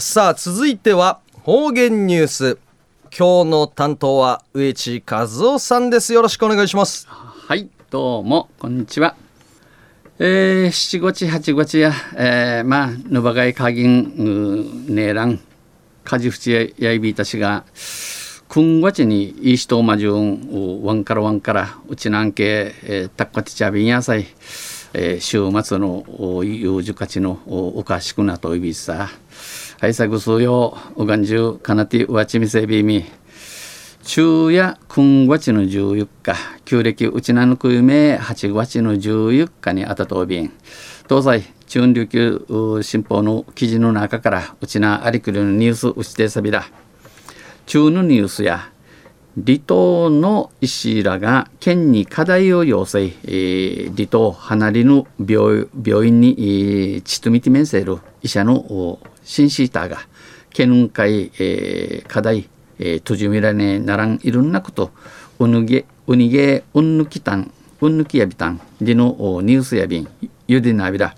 さあ続いては方言ニュース。今日の担当は植地和夫さんです。よろしくお願いします。 はい、どうもこんにちは。7月8月や、ぬばがいかぎんねらんかじふちやいびいたしがくんわちにいい人まじゅんわんからうちなんけたっかてちゃびんやさい、週末のゆうじゅかちのおかしくなといびさはいさぐすようがんじゅかなてうわちみせびみ昼夜9月の14日旧暦うちなぬくゆめ8月の14日にあたとびん東西中琉球新報の記事の中からうちなありくりのニュースうちてさびら中のニュースや離島の医師らが県に課題を要請、離島離れの病院にちとみてめんせる医者のシンシーターが県会、課題とじみらねならんいろんなことうにげうんぬきやびたんでのニュースやびんゆでなびら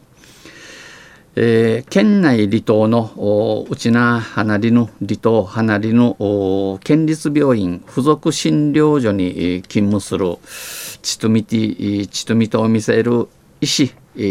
県内離島のうちな離れの離島離れの県立病院附属診療所に勤務するちとみとを見せる医者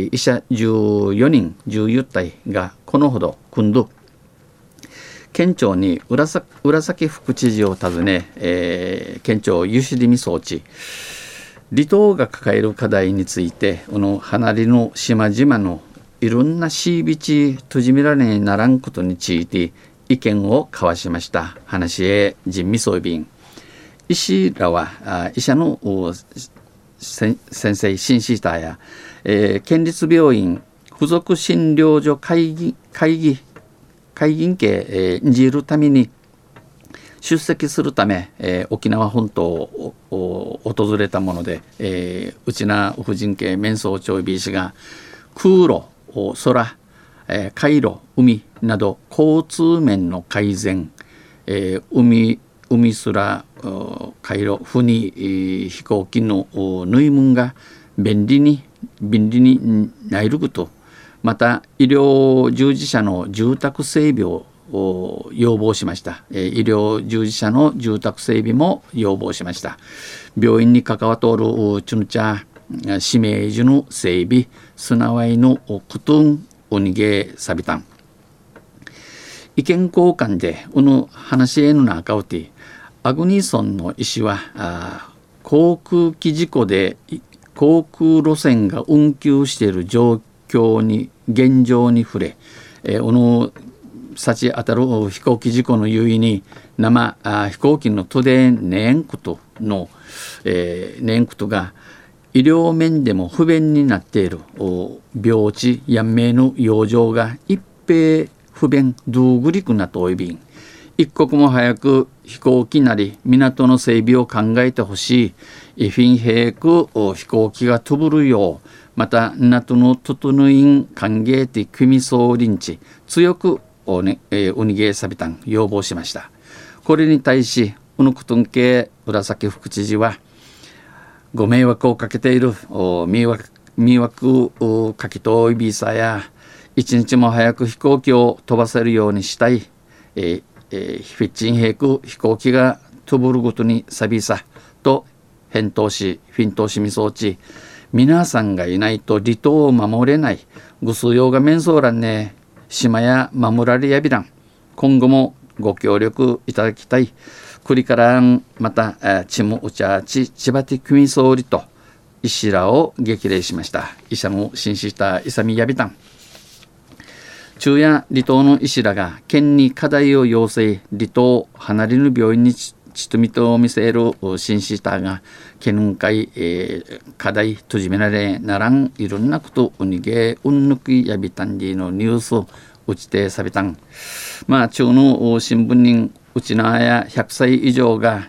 14人11体がこのほど組んど県庁に浦崎副知事を訪ね、県庁ゆしりみ装置離島が抱える課題についてこの離れの島々のいろんなしいびちとじみられならんことについて意見を交わしました。話へ人味装備医師らは医者の先生シンシーターや、県立病院附属診療所会議にじるために出席するため、沖縄本島を訪れたもので、うちな婦人系面相長医師が空路空、海路海など交通面の改善、海空海路船飛行機の縫い物が便利になることまた医療従事者の住宅整備を要望しました。医療従事者の住宅整備も要望しました。病院に関わっとるチュヌチャ指名所の整備すなわいのクトゥンおにげさびたん意見交換でこの話への中をてアグニーソンの医師は航空機事故で航空路線が運休している状況に現状に触れ、この幸当たる飛行機事故の優位に生飛行機のトデネンクトのネンクトが医療面でも不便になっている病地やんめいの養生が一平不便どうぐりくなとおいびん一刻も早く飛行機なり港の整備を考えてほしいフィンヘイク飛行機が飛ぶるようまた港の整いん歓迎的組総臨地強くおにげさびたん要望しました。これに対しうぬくとんけ浦崎副知事はご迷惑をかけている迷惑をかきといびさや一日も早く飛行機を飛ばせるようにしたい、フィッチンヘイク飛行機が飛ぶるごとにさびさと返答しフィントしみそうち皆さんがいないと離島を守れないぐすようが面相らんね島や守られやびらん今後もご協力いただきたいクリカランまたチムウチャーチチバティクミ総理と医師らを激励しました。医者の紳士したイサミヤビタン中夜離島の医師らが県に課題を要請離島離れる病院にちとみと見せる紳士したが県会、課題とじめられならんいろんなことうにげうんぬきやびたんりのニュースうちてさびたん中の新聞人うちなや100歳以上が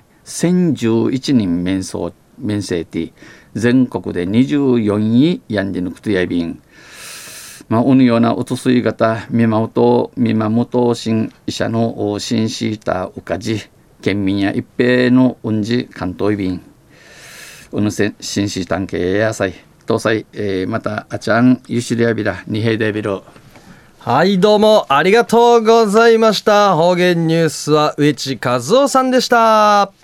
1011人面生て全国で24位やんでぬくとやびんおぬようなおとすい型見守と新医者の新シーターうかじ県民や一平のうんじ関東便うぬせ新シータン系やさい東西、またあちゃんゆしりやびらにへいでびろはいどうもありがとうございました。方言ニュースは植地和夫さんでした。